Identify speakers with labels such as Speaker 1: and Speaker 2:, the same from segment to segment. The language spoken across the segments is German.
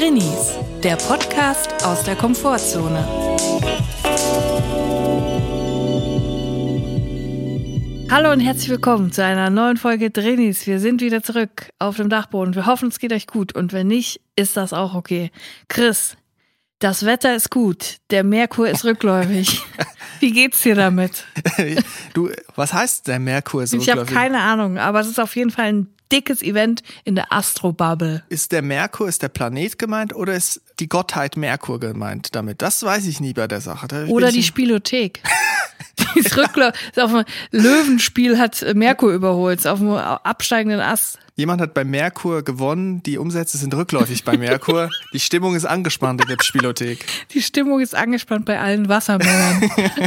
Speaker 1: Drinnies, der Podcast aus der Komfortzone. Hallo und herzlich willkommen zu einer neuen Folge Drinnies. Wir sind wieder zurück auf dem Dachboden. Wir hoffen, es geht euch gut und wenn nicht, ist das auch okay. Chris, das Wetter ist gut, der Merkur ist rückläufig. Wie geht's dir damit?
Speaker 2: Du, was heißt der Merkur ist
Speaker 1: rückläufig? Ich habe keine Ahnung, aber es ist auf jeden Fall ein dickes Event in der Astrobubble.
Speaker 2: Ist der Merkur, ist der Planet gemeint oder ist die Gottheit Merkur gemeint damit? Das weiß ich nie bei der Sache.
Speaker 1: Oder die Spielothek. Die ist rückläufig. Auf dem Löwenspiel hat Merkur überholt, auf dem absteigenden Ast.
Speaker 2: Jemand hat bei Merkur gewonnen, die Umsätze sind rückläufig bei Merkur. Die Stimmung ist angespannt in der Spielothek.
Speaker 1: Die Stimmung ist angespannt bei allen Wassermännern.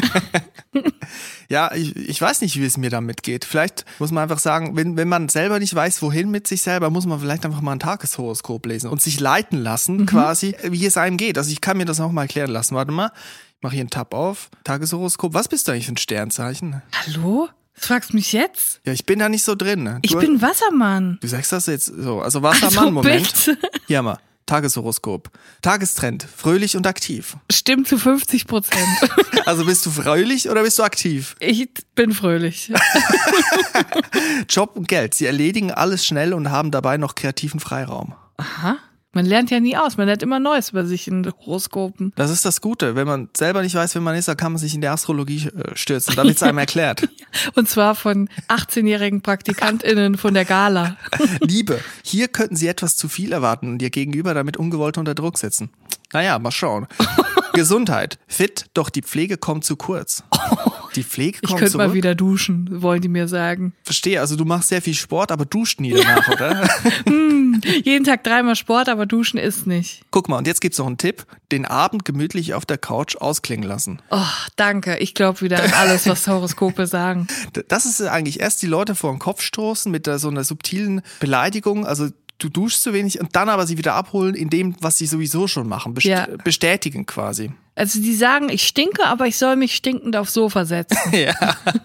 Speaker 2: Ja, ich weiß nicht, wie es mir damit geht. Vielleicht muss man einfach sagen, wenn man selber nicht weiß, wohin mit sich selber, muss man vielleicht einfach mal ein Tageshoroskop lesen und sich leiten lassen, quasi, wie es einem geht. Also ich kann mir das auch mal erklären lassen. Warte mal, ich mache hier einen Tab auf. Tageshoroskop. Was bist du eigentlich für ein Sternzeichen?
Speaker 1: Hallo? Das fragst du mich jetzt?
Speaker 2: Ja, ich bin da nicht so drin.
Speaker 1: Ich bin Wassermann.
Speaker 2: Du sagst das jetzt so. Also Wassermann, Moment. Hier mal. Tageshoroskop. Tagestrend. Fröhlich und aktiv.
Speaker 1: Stimmt zu 50%.
Speaker 2: Also bist du fröhlich oder bist du aktiv?
Speaker 1: Ich bin fröhlich.
Speaker 2: Job und Geld. Sie erledigen alles schnell und haben dabei noch kreativen Freiraum.
Speaker 1: Aha. Man lernt ja nie aus, man lernt immer Neues über sich in Horoskopen.
Speaker 2: Das ist das Gute. Wenn man selber nicht weiß, wer man ist, dann kann man sich in der Astrologie stürzen, damit es einem erklärt.
Speaker 1: Und zwar von 18-jährigen PraktikantInnen von der Gala.
Speaker 2: Liebe, hier könnten Sie etwas zu viel erwarten und Ihr Gegenüber damit ungewollt unter Druck setzen. Naja, mal schauen. Gesundheit, fit, doch die Pflege kommt zu kurz. Die Pflege kommt
Speaker 1: Ich könnte
Speaker 2: zurück?
Speaker 1: Mal wieder duschen, wollen die mir sagen.
Speaker 2: Verstehe, also du machst sehr viel Sport, aber duscht nie danach, oder?
Speaker 1: Jeden Tag 3-mal Sport, aber duschen ist nicht.
Speaker 2: Guck mal, und jetzt gibt's noch einen Tipp. Den Abend gemütlich auf der Couch ausklingen lassen.
Speaker 1: Oh, danke. Ich glaube wieder an alles, was Horoskope sagen.
Speaker 2: Das ist eigentlich erst die Leute vor den Kopf stoßen mit so einer subtilen Beleidigung, also du duschst zu wenig und dann aber sie wieder abholen in dem, was sie sowieso schon machen. Bestätigen quasi.
Speaker 1: Also die sagen, ich stinke, aber ich soll mich stinkend aufs Sofa setzen.
Speaker 2: Ja.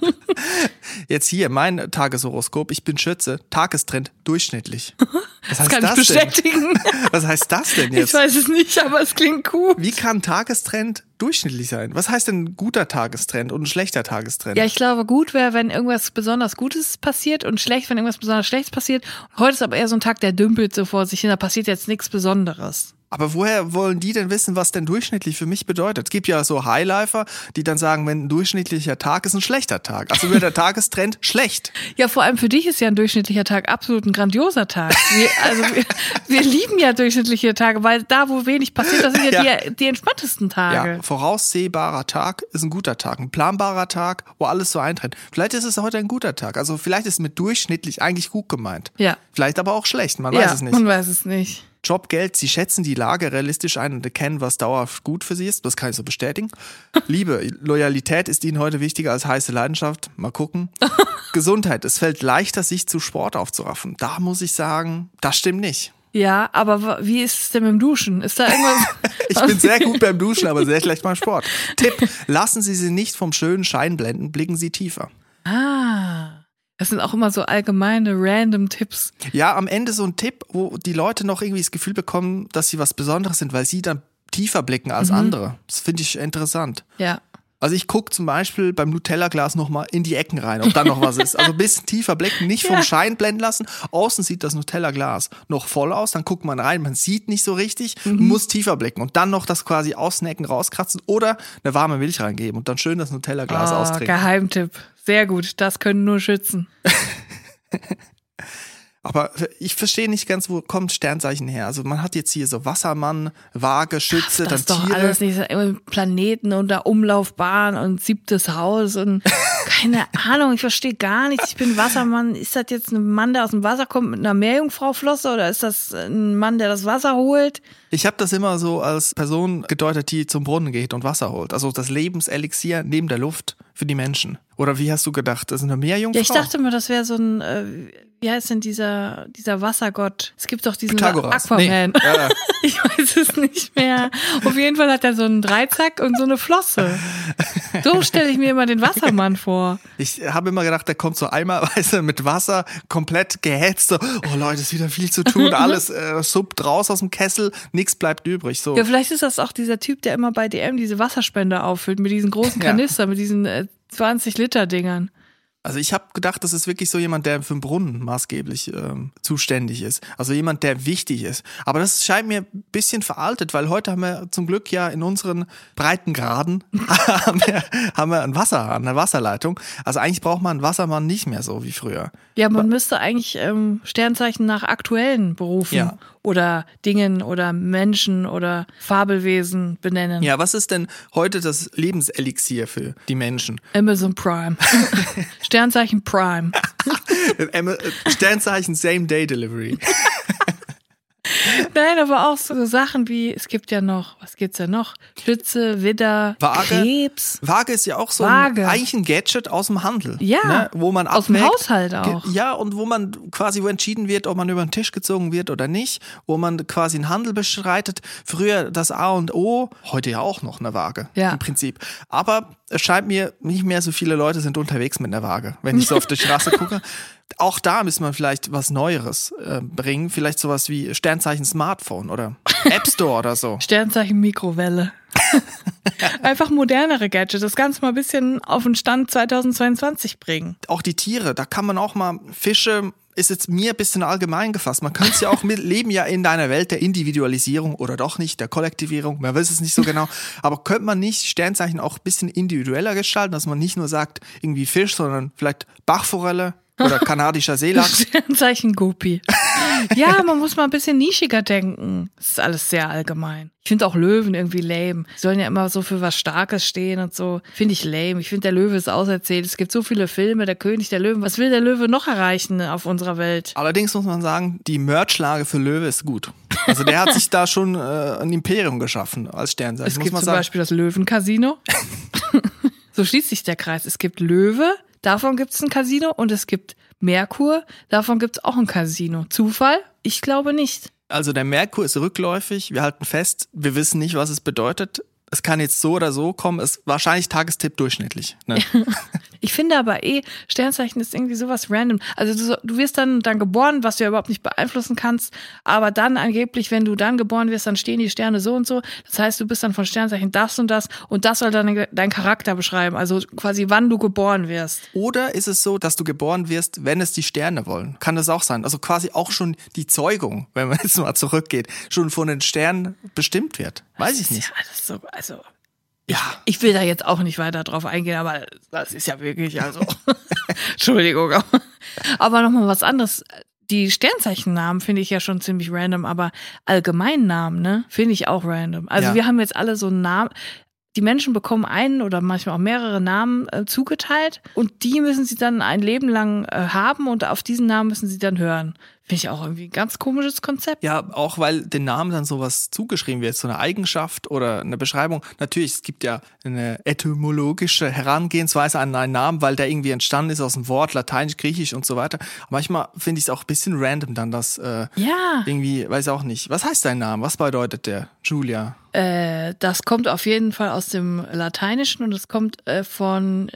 Speaker 2: Jetzt hier, mein Tageshoroskop. Ich bin Schütze. Tagestrend durchschnittlich. Was heißt
Speaker 1: das kann ich bestätigen.
Speaker 2: Was heißt das denn jetzt?
Speaker 1: Ich weiß es nicht, aber es klingt gut.
Speaker 2: Wie kann Tagestrend durchschnittlich sein? Was heißt denn ein guter Tagestrend und ein schlechter Tagestrend?
Speaker 1: Ja, ich glaube, gut wäre, wenn irgendwas besonders Gutes passiert und schlecht, wenn irgendwas besonders Schlechtes passiert. Heute ist aber eher so ein Tag, der dümpelt so vor sich hin, da passiert jetzt nichts Besonderes.
Speaker 2: Aber woher wollen die denn wissen, was denn durchschnittlich für mich bedeutet? Es gibt ja so Highlifer, die dann sagen, wenn ein durchschnittlicher Tag ist ein schlechter Tag. Also wird der Tagestrend schlecht.
Speaker 1: Ja, vor allem für dich ist ja ein durchschnittlicher Tag absolut ein grandioser Tag. Wir lieben ja durchschnittliche Tage, weil da, wo wenig passiert, das sind ja die entspanntesten Tage.
Speaker 2: Ja, voraussehbarer Tag ist ein guter Tag. Ein planbarer Tag, wo alles so eintritt. Vielleicht ist es heute ein guter Tag. Also vielleicht ist mit durchschnittlich eigentlich gut gemeint.
Speaker 1: Ja.
Speaker 2: Vielleicht aber auch schlecht, man weiß es nicht.
Speaker 1: Man weiß es nicht.
Speaker 2: Job, Geld, sie schätzen die Lage realistisch ein und erkennen, was dauerhaft gut für sie ist. Das kann ich so bestätigen. Liebe, Loyalität ist ihnen heute wichtiger als heiße Leidenschaft. Mal gucken. Gesundheit, es fällt leichter, sich zu Sport aufzuraffen. Da muss ich sagen, das stimmt nicht.
Speaker 1: Ja, aber wie ist es denn mit dem Duschen? Ist da irgendwas?
Speaker 2: Ich bin sehr gut beim Duschen, aber sehr schlecht beim Sport. Tipp, lassen Sie sich nicht vom schönen Schein blenden, blicken Sie tiefer.
Speaker 1: Das sind auch immer so allgemeine, random Tipps.
Speaker 2: Ja, am Ende so ein Tipp, wo die Leute noch irgendwie das Gefühl bekommen, dass sie was Besonderes sind, weil sie dann tiefer blicken als andere. Das finde ich interessant.
Speaker 1: Ja.
Speaker 2: Also ich gucke zum Beispiel beim Nutella-Glas nochmal in die Ecken rein, ob da noch was ist. Also ein bisschen tiefer blicken, nicht vom Schein blenden lassen. Außen sieht das Nutella-Glas noch voll aus, dann guckt man rein, man sieht nicht so richtig, muss tiefer blicken und dann noch das quasi aus den Ecken rauskratzen oder eine warme Milch reingeben und dann schön das Nutella-Glas austrinken.
Speaker 1: Geheimtipp. Sehr gut, das können nur Schützen.
Speaker 2: Aber ich verstehe nicht ganz, wo kommt Sternzeichen her. Also man hat jetzt hier so Wassermann, Waage, Schütze,
Speaker 1: das
Speaker 2: dann
Speaker 1: ist doch
Speaker 2: Tiere.
Speaker 1: alles nicht so Planeten und der Umlaufbahn und 7. Haus und keine Ahnung, ich verstehe gar nichts. Ich bin Wassermann. Ist das jetzt ein Mann, der aus dem Wasser kommt mit einer Meerjungfrauflosse oder ist das ein Mann, der das Wasser holt?
Speaker 2: Ich habe das immer so als Person gedeutet, die zum Brunnen geht und Wasser holt. Also das Lebenselixier neben der Luft für die Menschen. Oder wie hast du gedacht? Das ist eine Meerjungfrau?
Speaker 1: Ja, ich dachte mir, das wäre so ein wie heißt denn dieser Wassergott? Es gibt doch diesen
Speaker 2: Pythagoras.
Speaker 1: Aquaman.
Speaker 2: Nee. Ja.
Speaker 1: Ich weiß es nicht mehr. Auf jeden Fall hat er so einen Dreizack und so eine Flosse. So stelle ich mir immer den Wassermann vor.
Speaker 2: Ich habe immer gedacht, der kommt so eimerweise mit Wasser, komplett gehetzt. So, oh Leute, ist wieder viel zu tun, alles suppt raus aus dem Kessel, nichts bleibt übrig. So.
Speaker 1: Ja, vielleicht ist das auch dieser Typ, der immer bei DM diese Wasserspender auffüllt mit diesen großen Kanister, mit diesen 20-Liter-Dingern.
Speaker 2: Also ich habe gedacht, das ist wirklich so jemand, der für den Brunnen maßgeblich zuständig ist. Also jemand, der wichtig ist. Aber das scheint mir ein bisschen veraltet, weil heute haben wir zum Glück ja in unseren Breitengraden haben wir einen Wasserhahn, eine Wasserleitung. Also eigentlich braucht man einen Wassermann nicht mehr so wie früher.
Speaker 1: Ja, man müsste eigentlich Sternzeichen nach aktuellen Berufen oder Dingen oder Menschen oder Fabelwesen benennen.
Speaker 2: Ja, was ist denn heute das Lebenselixier für die Menschen?
Speaker 1: Amazon Prime. Sternzeichen Prime.
Speaker 2: Sternzeichen Same-Day-Delivery.
Speaker 1: Nein, aber auch so Sachen wie, es gibt ja noch, was gibt's ja noch? Schütze, Widder,
Speaker 2: Waage.
Speaker 1: Krebs.
Speaker 2: Waage ist ja auch so eigentlich ein Gadget aus dem Handel.
Speaker 1: Ja,
Speaker 2: ne? Wo man
Speaker 1: aus dem Haushalt auch.
Speaker 2: Ja, und wo entschieden wird, ob man über den Tisch gezogen wird oder nicht, wo man quasi einen Handel beschreitet. Früher das A und O, heute ja auch noch eine Waage im Prinzip. Aber es scheint mir, nicht mehr so viele Leute sind unterwegs mit einer Waage, wenn ich so auf die Straße gucke. Auch da müssen wir vielleicht was Neueres bringen. Vielleicht sowas wie Sternzeichen Smartphone oder App Store oder so.
Speaker 1: Sternzeichen Mikrowelle. Einfach modernere Gadgets, das Ganze mal ein bisschen auf den Stand 2022 bringen.
Speaker 2: Auch die Tiere, da kann man auch mal Fische, ist jetzt mir ein bisschen allgemein gefasst. Man könnte es ja auch leben ja in deiner Welt der Individualisierung oder doch nicht, der Kollektivierung, man weiß es nicht so genau. Aber könnte man nicht Sternzeichen auch ein bisschen individueller gestalten, dass man nicht nur sagt, irgendwie Fisch, sondern vielleicht Bachforelle? Oder kanadischer Seelachs.
Speaker 1: Sternzeichen Gopi. Ja, man muss mal ein bisschen nischiger denken. Das ist alles sehr allgemein. Ich finde auch Löwen irgendwie lame. Die sollen ja immer so für was Starkes stehen und so. Finde ich lame. Ich finde, der Löwe ist auserzählt. Es gibt so viele Filme, der König der Löwen. Was will der Löwe noch erreichen auf unserer Welt?
Speaker 2: Allerdings muss man sagen, die Merchlage für Löwe ist gut. Also der hat sich da schon ein Imperium geschaffen als Sternzeichen.
Speaker 1: Es gibt zum Beispiel das Löwen-Casino. So schließt sich der Kreis. Es gibt Löwe. Davon gibt es ein Casino und es gibt Merkur, davon gibt es auch ein Casino. Zufall? Ich glaube nicht.
Speaker 2: Also der Merkur ist rückläufig, wir halten fest, wir wissen nicht, was es bedeutet. Es kann jetzt so oder so kommen, ist wahrscheinlich Tagestipp durchschnittlich. Ne?
Speaker 1: Ich finde aber Sternzeichen ist irgendwie sowas random. Also du wirst dann geboren, was du ja überhaupt nicht beeinflussen kannst, aber dann angeblich, wenn du dann geboren wirst, dann stehen die Sterne so und so. Das heißt, du bist dann von Sternzeichen das und das soll dann dein Charakter beschreiben, also quasi wann du geboren wirst.
Speaker 2: Oder ist es so, dass du geboren wirst, wenn es die Sterne wollen? Kann das auch sein? Also quasi auch schon die Zeugung, wenn man jetzt mal zurückgeht, schon von den Sternen bestimmt wird. Weiß ich nicht.
Speaker 1: Ja, das ist so, also ich will da jetzt auch nicht weiter drauf eingehen, aber das ist ja wirklich, also Entschuldigung. Aber nochmal was anderes. Die Sternzeichennamen finde ich ja schon ziemlich random, aber Allgemeinnamen, ne, finde ich auch random. Also wir haben jetzt alle so einen Namen. Die Menschen bekommen einen oder manchmal auch mehrere Namen zugeteilt und die müssen sie dann ein Leben lang haben und auf diesen Namen müssen sie dann hören. Finde ich auch irgendwie ein ganz komisches Konzept.
Speaker 2: Ja, auch weil den Namen dann sowas zugeschrieben wird, so eine Eigenschaft oder eine Beschreibung. Natürlich, es gibt ja eine etymologische Herangehensweise an einen Namen, weil der irgendwie entstanden ist aus dem Wort, Lateinisch, Griechisch und so weiter. Manchmal finde ich es auch ein bisschen random dann, dass irgendwie, weiß auch nicht. Was heißt dein Name? Was bedeutet der, Julia?
Speaker 1: Das kommt auf jeden Fall aus dem Lateinischen und es kommt von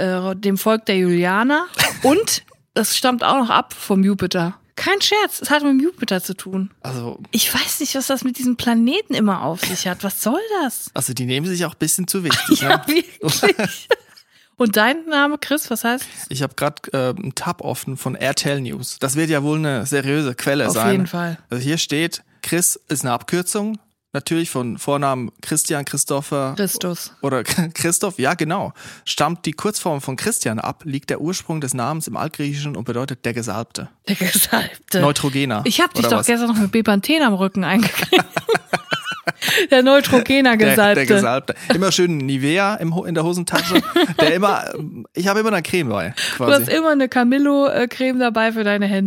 Speaker 1: dem Volk der Julianer und es stammt auch noch ab vom Jupiter. Kein Scherz, es hat mit dem Jupiter zu tun.
Speaker 2: Also
Speaker 1: ich weiß nicht, was das mit diesem Planeten immer auf sich hat. Was soll das?
Speaker 2: Also die nehmen sich auch ein bisschen zu wichtig.
Speaker 1: Ja,
Speaker 2: ne?
Speaker 1: wirklich. Und dein Name, Chris, was heißt?
Speaker 2: Ich habe gerade einen Tab offen von RTL News. Das wird ja wohl eine seriöse Quelle sein.
Speaker 1: Auf jeden Fall.
Speaker 2: Also hier steht, Chris ist eine Abkürzung. Natürlich von Vornamen Christian, Christopher.
Speaker 1: Christus.
Speaker 2: Oder Christoph, ja genau. Stammt die Kurzform von Christian ab, liegt der Ursprung des Namens im Altgriechischen und bedeutet der Gesalbte.
Speaker 1: Der Gesalbte.
Speaker 2: Neutrogener.
Speaker 1: Ich habe dich doch gestern noch mit Bepanthen am Rücken eingekriegt. Der Neutrogener Gesalbte.
Speaker 2: Der Gesalbte. Immer schön Nivea in der Hosentasche. Ich habe immer eine Creme bei, quasi.
Speaker 1: Du hast immer eine Camillo-Creme dabei für deine Hände.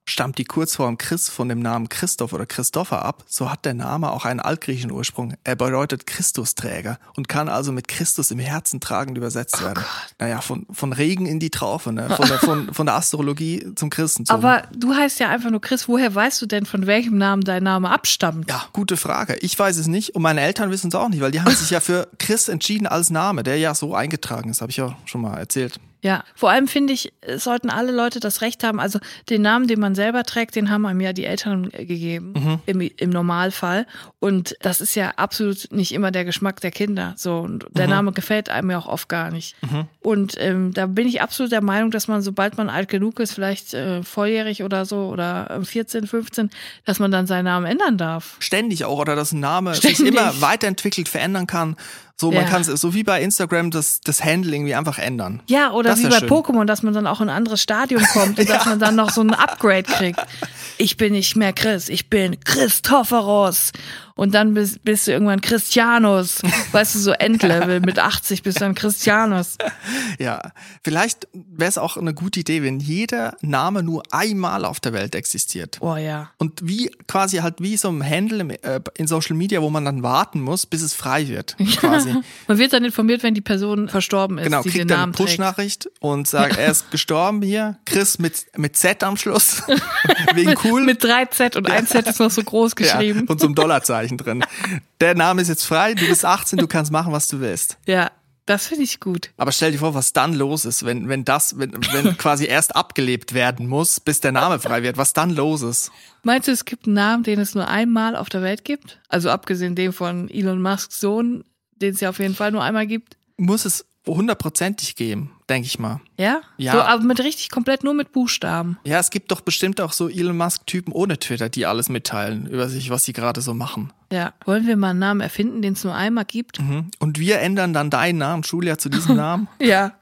Speaker 2: stammt die Kurzform Chris von dem Namen Christoph oder Christopher ab, so hat der Name auch einen altgriechischen Ursprung. Er bedeutet Christusträger und kann also mit Christus im Herzen tragend übersetzt werden.
Speaker 1: Gott.
Speaker 2: Naja, von Regen in die Traufe, ne? Von der Astrologie zum Christentum.
Speaker 1: Aber du heißt ja einfach nur Chris. Woher weißt du denn, von welchem Namen dein Name abstammt?
Speaker 2: Ja, gute Frage. Ich weiß es nicht und meine Eltern wissen es auch nicht, weil die haben sich ja für Chris entschieden als Name, der ja so eingetragen ist, habe ich ja schon mal erzählt.
Speaker 1: Ja, vor allem finde ich, es sollten alle Leute das Recht haben, also den Namen, den man selber trägt, den haben einem ja die Eltern gegeben, im Normalfall. Und das ist ja absolut nicht immer der Geschmack der Kinder. So, und der Name gefällt einem ja auch oft gar nicht. Und da bin ich absolut der Meinung, dass man, sobald man alt genug ist, vielleicht volljährig oder so oder 14, 15, dass man dann seinen Namen ändern darf.
Speaker 2: Ständig auch, oder dass ein Name sich immer weiterentwickelt, verändern kann. So, man kann es, so wie bei Instagram, das Handle irgendwie einfach ändern.
Speaker 1: Ja, oder
Speaker 2: das
Speaker 1: wie bei
Speaker 2: schön.
Speaker 1: Pokémon, dass man dann auch in ein anderes Stadium kommt und dass man dann noch so ein Upgrade kriegt. Ich bin nicht mehr Chris, ich bin Christopheros. Und dann bist du irgendwann Christianus. Weißt du, so Endlevel. Mit 80 bist du dann Christianus.
Speaker 2: Ja, vielleicht wäre es auch eine gute Idee, wenn jeder Name nur einmal auf der Welt existiert.
Speaker 1: Oh ja.
Speaker 2: Und wie quasi halt wie so ein Handle in Social Media, wo man dann warten muss, bis es frei wird. Quasi.
Speaker 1: Man wird dann informiert, wenn die Person verstorben ist,
Speaker 2: Genau,
Speaker 1: die den
Speaker 2: kriegt dann eine
Speaker 1: Namen trägt.
Speaker 2: Push-Nachricht und sagt, er ist gestorben hier. Chris mit Z am Schluss. Wegen cool.
Speaker 1: Mit 3 Z und ein Z ist noch so groß geschrieben.
Speaker 2: Ja, und so ein Dollarzeichen drin. Der Name ist jetzt frei, du bist 18, du kannst machen, was du willst.
Speaker 1: Ja, das finde ich gut.
Speaker 2: Aber stell dir vor, was dann los ist, wenn quasi erst abgelebt werden muss, bis der Name frei wird, was dann los ist.
Speaker 1: Meinst du, es gibt einen Namen, den es nur einmal auf der Welt gibt? Also abgesehen dem von Elon Musks Sohn, den es ja auf jeden Fall nur einmal gibt.
Speaker 2: Muss es 100%ig geben, denke ich mal.
Speaker 1: Ja?
Speaker 2: Ja.
Speaker 1: So, aber komplett nur mit Buchstaben.
Speaker 2: Ja, es gibt doch bestimmt auch so Elon Musk-Typen ohne Twitter, die alles mitteilen über sich, was sie gerade so machen.
Speaker 1: Ja. Wollen wir mal einen Namen erfinden, den es nur einmal gibt?
Speaker 2: Und wir ändern dann deinen Namen, Julia, zu diesem Namen?
Speaker 1: Ja.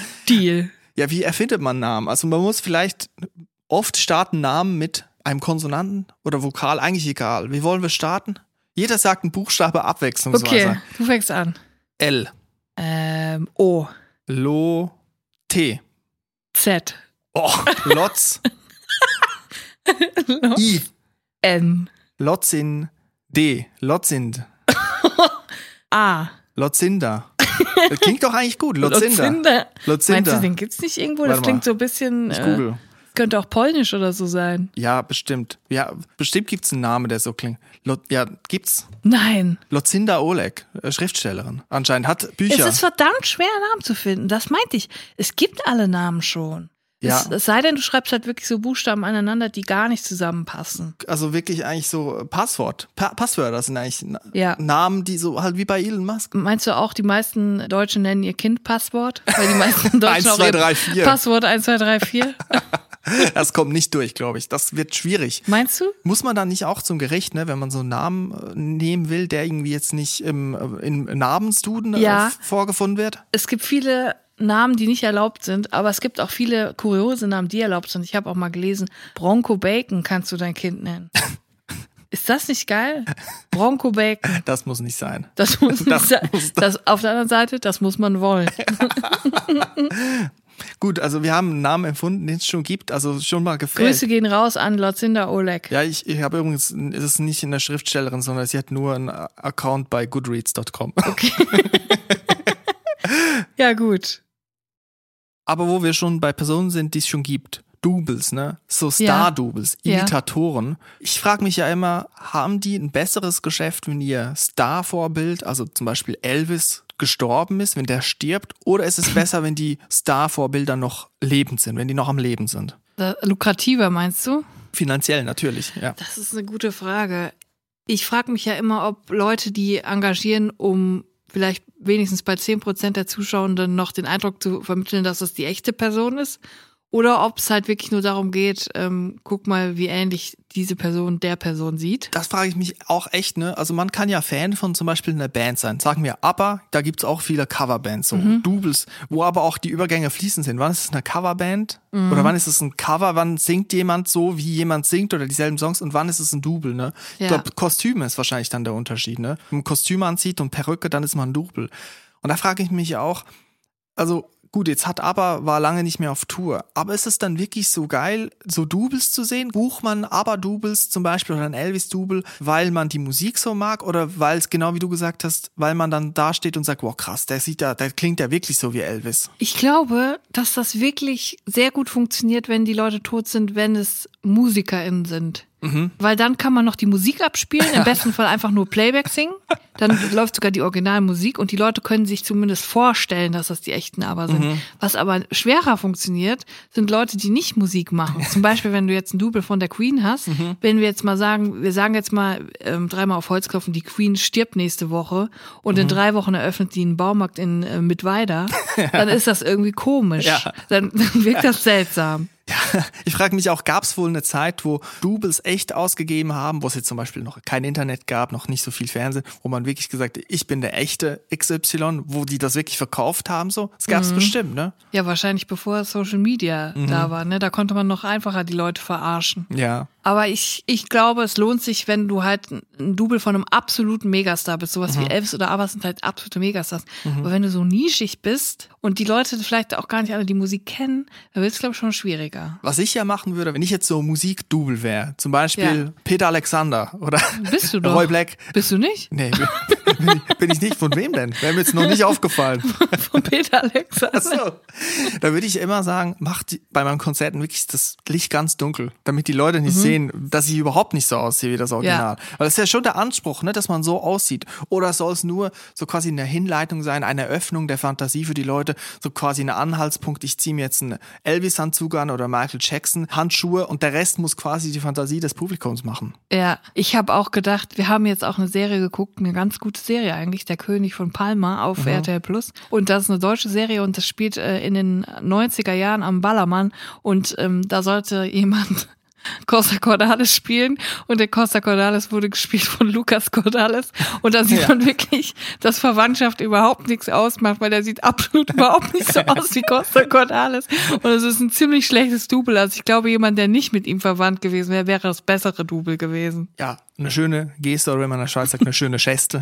Speaker 1: Deal.
Speaker 2: Ja, wie erfindet man Namen? Also man muss vielleicht, oft starten Namen mit einem Konsonanten oder Vokal, eigentlich egal. Wie wollen wir starten? Jeder sagt einen Buchstabe abwechslungsweise.
Speaker 1: Okay, du fängst an.
Speaker 2: L.
Speaker 1: O.
Speaker 2: Lo. T.
Speaker 1: Z.
Speaker 2: Oh, Lotz. I.
Speaker 1: N.
Speaker 2: Lotzin. D. Lotzind.
Speaker 1: A.
Speaker 2: Lotzinda. Das klingt doch eigentlich gut. Lotzinda.
Speaker 1: Meinst du, den gibt's nicht irgendwo? Das
Speaker 2: Warte
Speaker 1: klingt
Speaker 2: mal.
Speaker 1: so ein bisschen.
Speaker 2: Ich google.
Speaker 1: Könnte auch polnisch oder so sein.
Speaker 2: Ja, bestimmt. Ja, bestimmt gibt's einen Namen, der so klingt. Ja, gibt's.
Speaker 1: Nein.
Speaker 2: Lotzinda Oleg, Schriftstellerin. Anscheinend hat Bücher.
Speaker 1: Es ist verdammt schwer, Namen zu finden. Das meinte ich. Es gibt alle Namen schon.
Speaker 2: Ja.
Speaker 1: Es sei denn, du schreibst halt wirklich so Buchstaben aneinander, die gar nicht zusammenpassen.
Speaker 2: Also wirklich eigentlich so Passwörter sind eigentlich
Speaker 1: Ja.
Speaker 2: Namen, die so halt wie bei Elon Musk.
Speaker 1: Meinst du auch, die meisten Deutschen nennen ihr Kind Passwort? Weil die meisten Deutschen
Speaker 2: 1, 2,
Speaker 1: auch ihr
Speaker 2: 3, 4.
Speaker 1: Passwort 1, 2, 3, 4.
Speaker 2: Das kommt nicht durch, glaube ich. Das wird schwierig.
Speaker 1: Meinst du?
Speaker 2: Muss man dann nicht auch zum Gericht, ne, wenn man so einen Namen nehmen will, der irgendwie jetzt nicht im Namensduden
Speaker 1: Ja.
Speaker 2: vorgefunden wird?
Speaker 1: Es gibt viele Namen, die nicht erlaubt sind, aber es gibt auch viele kuriose Namen, die erlaubt sind. Ich habe auch mal gelesen, Bronco Bacon kannst du dein Kind nennen. Ist das nicht geil? Bronco Bacon.
Speaker 2: Das muss nicht sein.
Speaker 1: Das muss nicht sein. Das, auf der anderen Seite, das muss man wollen.
Speaker 2: Gut, also wir haben einen Namen empfunden, den es schon gibt, also schon mal gefällt.
Speaker 1: Grüße gehen raus an Lotzinda Oleg.
Speaker 2: Ja, ich habe übrigens, es ist nicht eine Schriftstellerin, sondern sie hat nur einen Account bei goodreads.com.
Speaker 1: Okay. Ja, gut.
Speaker 2: Aber wo wir schon bei Personen sind, die es schon gibt. Doubles, ne? So Star-Doubles,
Speaker 1: Ja.
Speaker 2: Imitatoren. Ich frage mich ja immer, haben die ein besseres Geschäft, wenn ihr Star-Vorbild, also zum Beispiel Elvis, gestorben ist, wenn der stirbt? Oder ist es besser, wenn die Star-Vorbilder noch lebend sind, wenn die noch am Leben sind?
Speaker 1: Lukrativer, meinst du?
Speaker 2: Finanziell natürlich, ja.
Speaker 1: Das ist eine gute Frage. Ich frage mich ja immer, ob Leute, die engagieren, um vielleicht wenigstens bei 10% der Zuschauenden noch den Eindruck zu vermitteln, dass es die echte Person ist. Oder ob es halt wirklich nur darum geht, guck mal, wie ähnlich diese Person der Person sieht.
Speaker 2: Das frage ich mich auch echt, ne? Also man kann ja Fan von zum Beispiel einer Band sein. Sagen wir ABBA, da gibt's auch viele Coverbands, so Doubles, wo aber auch die Übergänge fließend sind. Wann ist es eine Coverband? Oder wann ist es ein Cover? Wann singt jemand so, wie jemand singt oder dieselben Songs? Und wann ist es ein Double, ne?
Speaker 1: Ja.
Speaker 2: Ich glaube, Kostüme ist wahrscheinlich dann der Unterschied, ne? Wenn man Kostüme anzieht und Perücke, dann ist man ein Double. Und da frage ich mich auch, also gut, jetzt war lange nicht mehr auf Tour. Aber ist es dann wirklich so geil, so Doubles zu sehen? Bucht man ABBA-Doubles zum Beispiel oder ein Elvis-Double, weil man die Musik so mag oder weil es, genau wie du gesagt hast, weil man dann da steht und sagt, wow krass, der klingt ja wirklich so wie Elvis.
Speaker 1: Ich glaube, dass das wirklich sehr gut funktioniert, wenn die Leute tot sind, wenn es MusikerInnen sind. Weil dann kann man noch die Musik abspielen, im besten Fall einfach nur Playback singen. Dann läuft sogar die Originalmusik und die Leute können sich zumindest vorstellen, dass das die echten ABBA sind. Was aber schwerer funktioniert, sind Leute, die nicht Musik machen. Zum Beispiel, wenn du jetzt ein Double von der Queen hast, wenn wir jetzt mal sagen, wir sagen jetzt mal dreimal auf Holz klopfen, die Queen stirbt nächste Woche und in 3 Wochen eröffnet die einen Baumarkt in Mittweida, dann ist das irgendwie komisch. Ja. Dann wirkt das seltsam.
Speaker 2: Ja, ich frage mich auch, gab es wohl eine Zeit, wo Doubles echt ausgegeben haben, wo es jetzt zum Beispiel noch kein Internet gab, noch nicht so viel Fernsehen, wo man wirklich gesagt hat, ich bin der echte XY, wo die das wirklich verkauft haben, so? Das gab es bestimmt, ne?
Speaker 1: Ja, wahrscheinlich bevor Social Media da war, ne? Da konnte man noch einfacher die Leute verarschen.
Speaker 2: Ja.
Speaker 1: Aber ich glaube, es lohnt sich, wenn du halt ein Double von einem absoluten Megastar bist. Sowas wie Elvis oder ABBA sind halt absolute Megastars. Aber wenn du so nischig bist und die Leute vielleicht auch gar nicht alle die Musik kennen, dann wird es, glaube ich, schon schwieriger.
Speaker 2: Was ich ja machen würde, wenn ich jetzt so Musikdouble wäre, zum Beispiel Peter Alexander oder
Speaker 1: Bist du doch.
Speaker 2: Roy Black.
Speaker 1: Bist du nicht?
Speaker 2: Nee, bin ich nicht. Von wem denn? Wäre mir jetzt noch nicht aufgefallen.
Speaker 1: Von Peter Alexander.
Speaker 2: Ach so. Da würde ich immer sagen, macht bei meinen Konzerten wirklich das Licht ganz dunkel, damit die Leute nicht sehen, dass ich überhaupt nicht so aussehe wie das Original. Weil das ist ja schon der Anspruch, ne, dass man so aussieht. Oder soll es nur so quasi eine Hinleitung sein, eine Öffnung der Fantasie für die Leute, so quasi ein Anhaltspunkt, ich ziehe mir jetzt einen Elvis-Handzug an oder Michael Jackson Handschuhe und der Rest muss quasi die Fantasie des Publikums machen.
Speaker 1: Ja, ich habe auch gedacht, wir haben jetzt auch eine Serie geguckt, eine ganz gute Serie eigentlich, Der König von Palma auf RTL Plus. Und das ist eine deutsche Serie und das spielt in den 90er Jahren am Ballermann und da sollte jemand Costa Cordalis spielen und der Costa Cordalis wurde gespielt von Lucas Cordalis und da sieht man wirklich, dass Verwandtschaft überhaupt nichts ausmacht, weil der sieht absolut überhaupt nicht so aus wie Costa Cordalis und es ist ein ziemlich schlechtes Double, also ich glaube, jemand, der nicht mit ihm verwandt gewesen wäre, wäre das bessere Double gewesen.
Speaker 2: Ja, eine schöne Geste, oder wenn man in der Schweiz sagt, eine schöne Geste.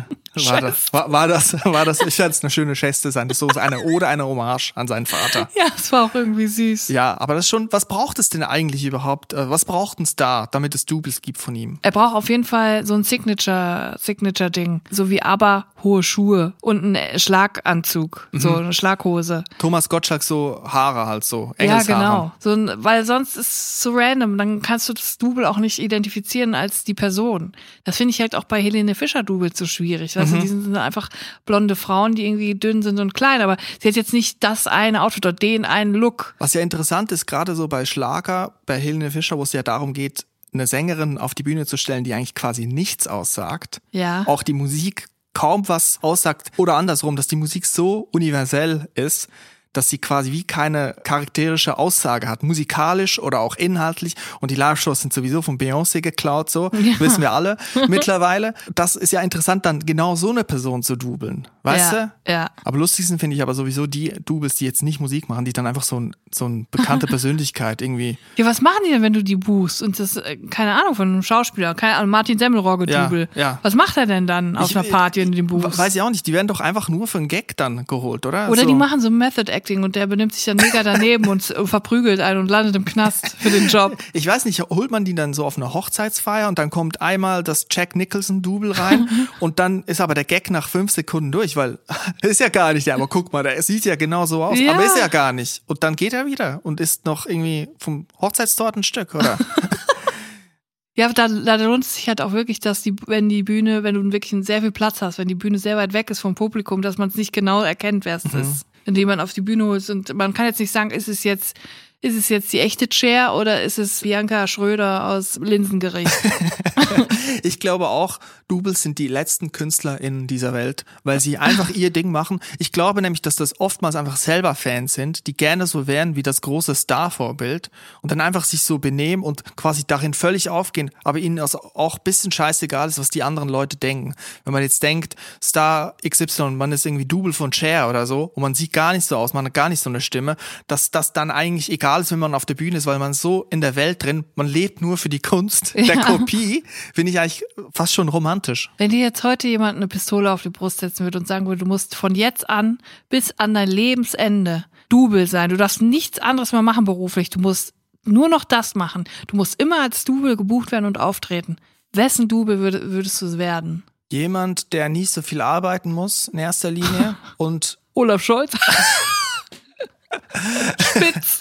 Speaker 2: War das, ich fand es eine schöne Geste sein. Das ist so eine Ode, eine Hommage an seinen Vater.
Speaker 1: Ja, es war auch irgendwie süß.
Speaker 2: Ja, aber das ist schon, was braucht es denn eigentlich überhaupt? Was braucht es da, damit es Doubles gibt von ihm?
Speaker 1: Er braucht auf jeden Fall so ein Signature-Ding. So wie ABBA, hohe Schuhe und einen Schlaganzug, so eine Schlaghose.
Speaker 2: Thomas Gottschalk so Haare halt so, Engelshaare.
Speaker 1: Ja, genau. Weil sonst ist es so random, dann kannst du das Double auch nicht identifizieren als die Person. Das finde ich halt auch bei Helene Fischer Doubles so schwierig. Weißt du, die sind einfach blonde Frauen, die irgendwie dünn sind und klein, aber sie hat jetzt nicht das eine Outfit oder den einen Look.
Speaker 2: Was ja interessant ist, gerade so bei Schlager, bei Helene Fischer, wo es ja darum geht, eine Sängerin auf die Bühne zu stellen, die eigentlich quasi nichts aussagt.
Speaker 1: Ja.
Speaker 2: Auch die Musik kaum was aussagt oder andersrum, dass die Musik so universell ist, dass sie quasi wie keine charakteristische Aussage hat, musikalisch oder auch inhaltlich. Und die Live-Shows sind sowieso von Beyoncé geklaut, so, wissen wir alle mittlerweile. Das ist ja interessant, dann genau so eine Person zu dubeln, weißt du?
Speaker 1: Ja.
Speaker 2: Aber lustigsten finde ich aber sowieso die Doubles, die jetzt nicht Musik machen, die dann einfach so eine bekannte Persönlichkeit irgendwie.
Speaker 1: Ja, was machen die denn, wenn du die buchst? Und das, keine Ahnung, von einem Schauspieler, keine Ahnung, Martin Semmelrogge-Double.
Speaker 2: Ja.
Speaker 1: Was macht er denn dann auf einer Party, wenn du den buchst?
Speaker 2: Weiß ich auch nicht, die werden doch einfach nur für einen Gag dann geholt, oder?
Speaker 1: Oder so. Die machen so Method-Acting und der benimmt sich dann mega daneben und verprügelt einen und landet im Knast für den Job.
Speaker 2: Ich weiß nicht, holt man die dann so auf eine Hochzeitsfeier und dann kommt einmal das Jack Nicholson-Double rein und dann ist aber der Gag nach 5 Sekunden durch, weil ist ja gar nicht der, aber guck mal, der sieht ja genau so aus, aber ist ja gar nicht. Und dann geht er wieder und isst noch irgendwie vom Hochzeitstorten ein Stück, oder?
Speaker 1: Ja, da lohnt es sich halt auch wirklich, dass wenn du wirklich sehr viel Platz hast, wenn die Bühne sehr weit weg ist vom Publikum, dass man es nicht genau erkennt, wer es ist, indem man auf die Bühne holt. Und man kann jetzt nicht sagen, ist es jetzt die echte Cher oder ist es Bianca Schröder aus Linsengericht?
Speaker 2: Ich glaube auch, Doubles sind die letzten KünstlerInnen dieser Welt, weil sie einfach ihr Ding machen. Ich glaube nämlich, dass das oftmals einfach selber Fans sind, die gerne so wären wie das große Star-Vorbild und dann einfach sich so benehmen und quasi darin völlig aufgehen, aber ihnen auch ein bisschen scheißegal ist, was die anderen Leute denken. Wenn man jetzt denkt, Star XY, man ist irgendwie Double von Cher oder so und man sieht gar nicht so aus, man hat gar nicht so eine Stimme, dass das dann eigentlich egal ist, wenn man auf der Bühne ist, weil man so in der Welt drin, man lebt nur für die Kunst der Kopie, finde ich eigentlich fast schon romantisch.
Speaker 1: Wenn dir jetzt heute jemand eine Pistole auf die Brust setzen würde und sagen würde, du musst von jetzt an bis an dein Lebensende Double sein. Du darfst nichts anderes mehr machen beruflich. Du musst nur noch das machen. Du musst immer als Double gebucht werden und auftreten. Wessen Double würdest du werden?
Speaker 2: Jemand, der nicht so viel arbeiten muss in erster Linie und
Speaker 1: Olaf Scholz. Spitz.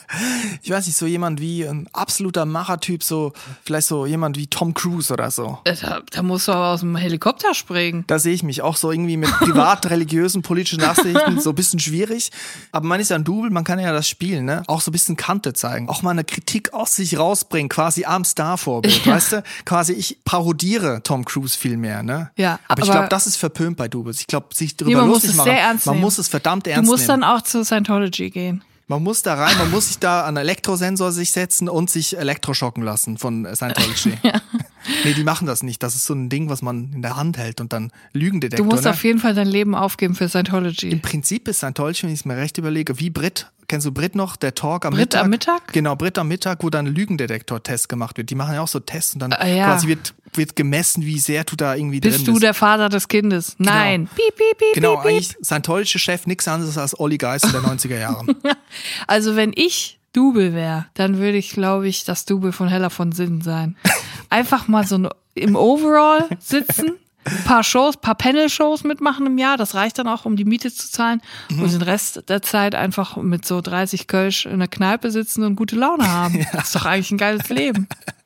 Speaker 2: Ich weiß nicht, so jemand wie ein absoluter Machertyp, so vielleicht so jemand wie Tom Cruise oder so.
Speaker 1: Da musst du aber aus dem Helikopter springen.
Speaker 2: Da sehe ich mich auch so irgendwie mit privat-religiösen, politischen Nachrichten, so ein bisschen schwierig. Aber man ist ja ein Double, man kann ja das spielen, ne? Auch so ein bisschen Kante zeigen. Auch mal eine Kritik aus sich rausbringen, quasi am Star-Vorbild, weißt du? Quasi ich parodiere Tom Cruise viel mehr, ne?
Speaker 1: Ja,
Speaker 2: aber ich glaube, das ist verpönt bei Doubles. Ich glaube, sich darüber lustig machen, man muss es verdammt ernst nehmen.
Speaker 1: Du musst dann auch zu Scientology gehen.
Speaker 2: Man muss da rein, man muss sich da an einen Elektrosensor sich setzen und sich elektroschocken lassen von Scientology. Ja. Nee, die machen das nicht. Das ist so ein Ding, was man in der Hand hält und dann Lügendetektor.
Speaker 1: Du musst auf jeden Fall dein Leben aufgeben für Scientology.
Speaker 2: Im Prinzip ist Scientology, wenn ich es mir recht überlege, wie Brit. Kennst du Brit noch? Der Talk am
Speaker 1: Mittag?
Speaker 2: Brit
Speaker 1: am Mittag?
Speaker 2: Genau, Brit am Mittag, wo dann ein Lügendetektor-Test gemacht wird. Die machen ja auch so Tests und dann quasi wird gemessen, wie sehr du da irgendwie drin bist.
Speaker 1: Bist du der Vater des Kindes? Nein.
Speaker 2: Genau.
Speaker 1: Piep, piep, piep,
Speaker 2: genau,
Speaker 1: piep,
Speaker 2: eigentlich Scientology Chef nichts anderes als Olli Geist in den 90er Jahren.
Speaker 1: Also wenn ich Double wäre, dann würde ich, glaube ich, das Double von Hella von Sinnen sein. Einfach mal so im Overall sitzen, paar Panel-Shows mitmachen im Jahr, das reicht dann auch, um die Miete zu zahlen und den Rest der Zeit einfach mit so 30 Kölsch in der Kneipe sitzen und gute Laune haben. Ja. Das ist doch eigentlich ein geiles Leben.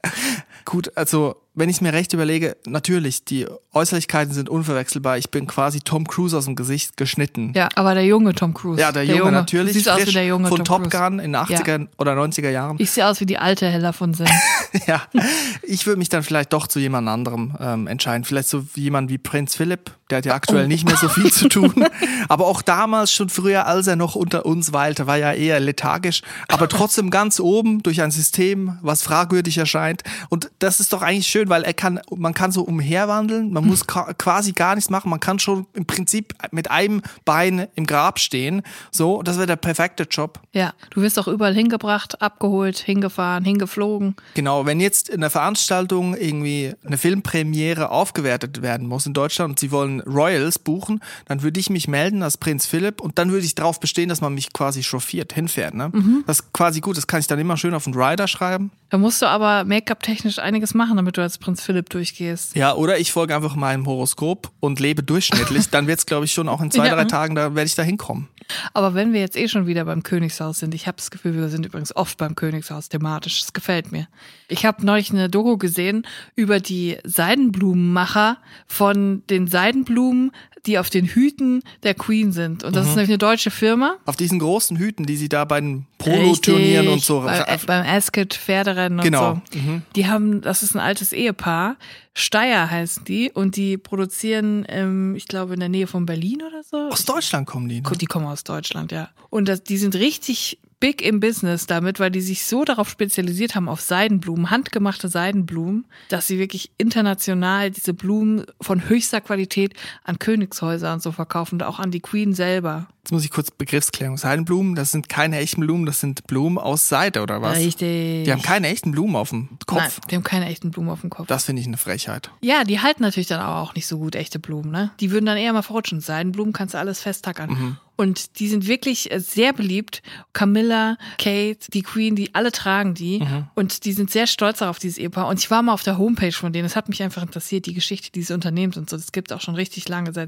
Speaker 2: Gut, also wenn ich es mir recht überlege, natürlich, die Äußerlichkeiten sind unverwechselbar. Ich bin quasi Tom Cruise aus dem Gesicht geschnitten.
Speaker 1: Ja, aber der junge Tom Cruise.
Speaker 2: Ja, der Junge natürlich.
Speaker 1: Du siehst aus wie der junge
Speaker 2: von
Speaker 1: Tom
Speaker 2: Top Gun in den 80er oder 90er Jahren.
Speaker 1: Ich sehe aus wie die alte Hella von Sinnen.
Speaker 2: Ja, ich würde mich dann vielleicht doch zu jemand anderem entscheiden. Vielleicht so jemand wie Prinz Philipp. Der hat ja aktuell nicht mehr so viel zu tun. Aber auch damals, schon früher, als er noch unter uns weilte, war ja eher lethargisch. Aber trotzdem ganz oben durch ein System, was fragwürdig erscheint. Und das ist doch eigentlich schön, weil man kann so umherwandeln, man muss quasi gar nichts machen, man kann schon im Prinzip mit einem Bein im Grab stehen. So, das wäre der perfekte Job.
Speaker 1: Ja, du wirst auch überall hingebracht, abgeholt, hingefahren, hingeflogen.
Speaker 2: Genau, wenn jetzt in der Veranstaltung irgendwie eine Filmpremiere aufgewertet werden muss in Deutschland und sie wollen Royals buchen, dann würde ich mich melden als Prinz Philipp und dann würde ich darauf bestehen, dass man mich quasi chauffiert, hinfährt. Ne? Das ist quasi gut, das kann ich dann immer schön auf den Rider schreiben.
Speaker 1: Da musst du aber Make-up-technisch einiges machen, damit du als Prinz Philipp durchgehst.
Speaker 2: Ja, oder ich folge einfach meinem Horoskop und lebe durchschnittlich. Dann wird es, glaube ich, schon auch in 2-3 Tagen, da werde ich da hinkommen.
Speaker 1: Aber wenn wir jetzt schon wieder beim Königshaus sind, ich habe das Gefühl, wir sind übrigens oft beim Königshaus thematisch, das gefällt mir. Ich habe neulich eine Doku gesehen über die Seidenblumenmacher von den Seidenblumen, die auf den Hüten der Queen sind. Und das ist nämlich eine deutsche Firma.
Speaker 2: Auf diesen großen Hüten, die sie da bei den Polo-Turnieren und so.
Speaker 1: Beim Ascot Pferderennen und so. Die haben, das ist ein altes Ehepaar. Steyr heißen die und die produzieren, ich glaube, in der Nähe von Berlin oder so.
Speaker 2: Aus Deutschland kommen die, ne?
Speaker 1: Die kommen aus Deutschland, ja. Und die sind richtig big im Business damit, weil die sich so darauf spezialisiert haben, auf Seidenblumen, handgemachte Seidenblumen, dass sie wirklich international diese Blumen von höchster Qualität an Königshäuser und so verkaufen und auch an die Queen selber.
Speaker 2: Jetzt muss ich kurz Begriffsklärung. Seidenblumen, das sind keine echten Blumen, das sind Blumen aus Seide, oder was?
Speaker 1: Richtig.
Speaker 2: Die haben keine echten Blumen auf dem Kopf.
Speaker 1: Nein, die haben keine echten Blumen auf dem Kopf.
Speaker 2: Das finde ich eine Frechheit.
Speaker 1: Ja, die halten natürlich dann auch nicht so gut, echte Blumen, ne? Die würden dann eher mal verrutschen. Seidenblumen kannst du alles festtackern. Und die sind wirklich sehr beliebt. Camilla, Kate, die Queen, die alle tragen die. Und die sind sehr stolz darauf, dieses Ehepaar. Und ich war mal auf der Homepage von denen. Es hat mich einfach interessiert, die Geschichte dieses Unternehmens und so. Das gibt es auch schon richtig lange, seit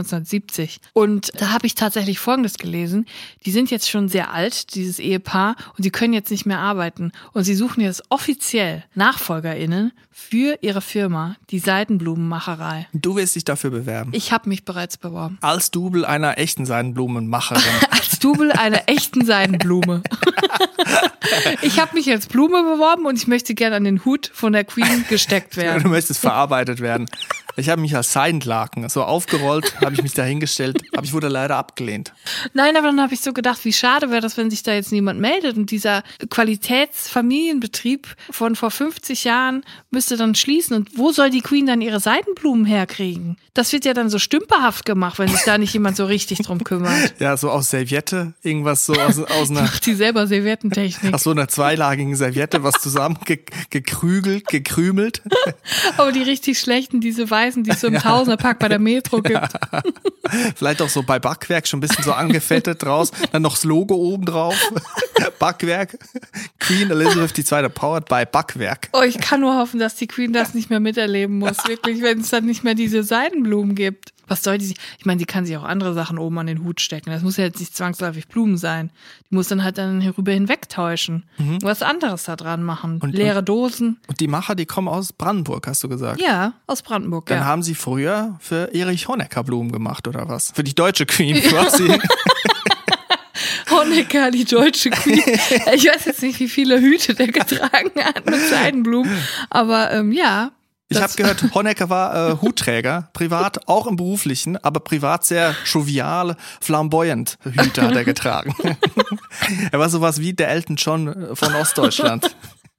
Speaker 1: 1970. Und da habe ich tatsächlich Folgendes gelesen. Die sind jetzt schon sehr alt, dieses Ehepaar. Und die können jetzt nicht mehr arbeiten. Und sie suchen jetzt offiziell NachfolgerInnen für ihre Firma, die Seidenblumenmacherei.
Speaker 2: Du willst dich dafür bewerben?
Speaker 1: Ich habe mich bereits beworben.
Speaker 2: Als Double einer echten Seidenblumenmacherin.
Speaker 1: Als Double einer echten Seidenblume. Ich habe mich als Blume beworben und ich möchte gerne an den Hut von der Queen gesteckt werden.
Speaker 2: Du möchtest verarbeitet werden. Ich habe mich als Seidenlaken so aufgerollt, habe ich mich da hingestellt, aber ich wurde leider abgelehnt.
Speaker 1: Nein, aber dann habe ich so gedacht, wie schade wäre das, wenn sich da jetzt niemand meldet und dieser Qualitätsfamilienbetrieb von vor 50 Jahren müsste dann schließen und wo soll die Queen dann ihre Seidenblumen herkriegen? Das wird ja dann so stümperhaft gemacht, wenn sich da nicht jemand so richtig drum kümmert.
Speaker 2: Ja, so aus Serviette, irgendwas so aus einer...
Speaker 1: Macht die selber Serviettentechnik.
Speaker 2: Aus so einer zweilagigen Serviette, was zusammen gekrümelt.
Speaker 1: Aber die richtig schlechten, diese weißen Speisen, die es so im Tausenderpack bei der Metro gibt.
Speaker 2: Ja. Vielleicht auch so bei Backwerk schon ein bisschen so angefettet draus. Dann noch das Logo oben drauf. Backwerk. Queen Elizabeth II. Powered by Backwerk.
Speaker 1: Oh, ich kann nur hoffen, dass die Queen das nicht mehr miterleben muss. Wirklich, wenn es dann nicht mehr diese Seidenblumen gibt. Was soll die? Ich meine, die kann sich auch andere Sachen oben an den Hut stecken. Das muss ja jetzt nicht zwangsläufig Blumen sein. Die muss dann halt dann hierüber hinwegtäuschen. Was anderes da dran machen.
Speaker 2: Und
Speaker 1: leere Dosen.
Speaker 2: Und die Macher, die kommen aus Brandenburg, hast du gesagt?
Speaker 1: Ja, aus Brandenburg,
Speaker 2: Dann haben sie früher für Erich Honecker Blumen gemacht, oder was? Für die deutsche Queen quasi.
Speaker 1: Honecker, die deutsche Queen. Ich weiß jetzt nicht, wie viele Hüte der getragen hat mit Seidenblumen. Aber ja.
Speaker 2: Ich habe gehört, Honecker war Hutträger, privat, auch im Beruflichen, aber privat sehr jovial, flamboyant Hüte hat er getragen. Er war sowas wie der Elton John von Ostdeutschland.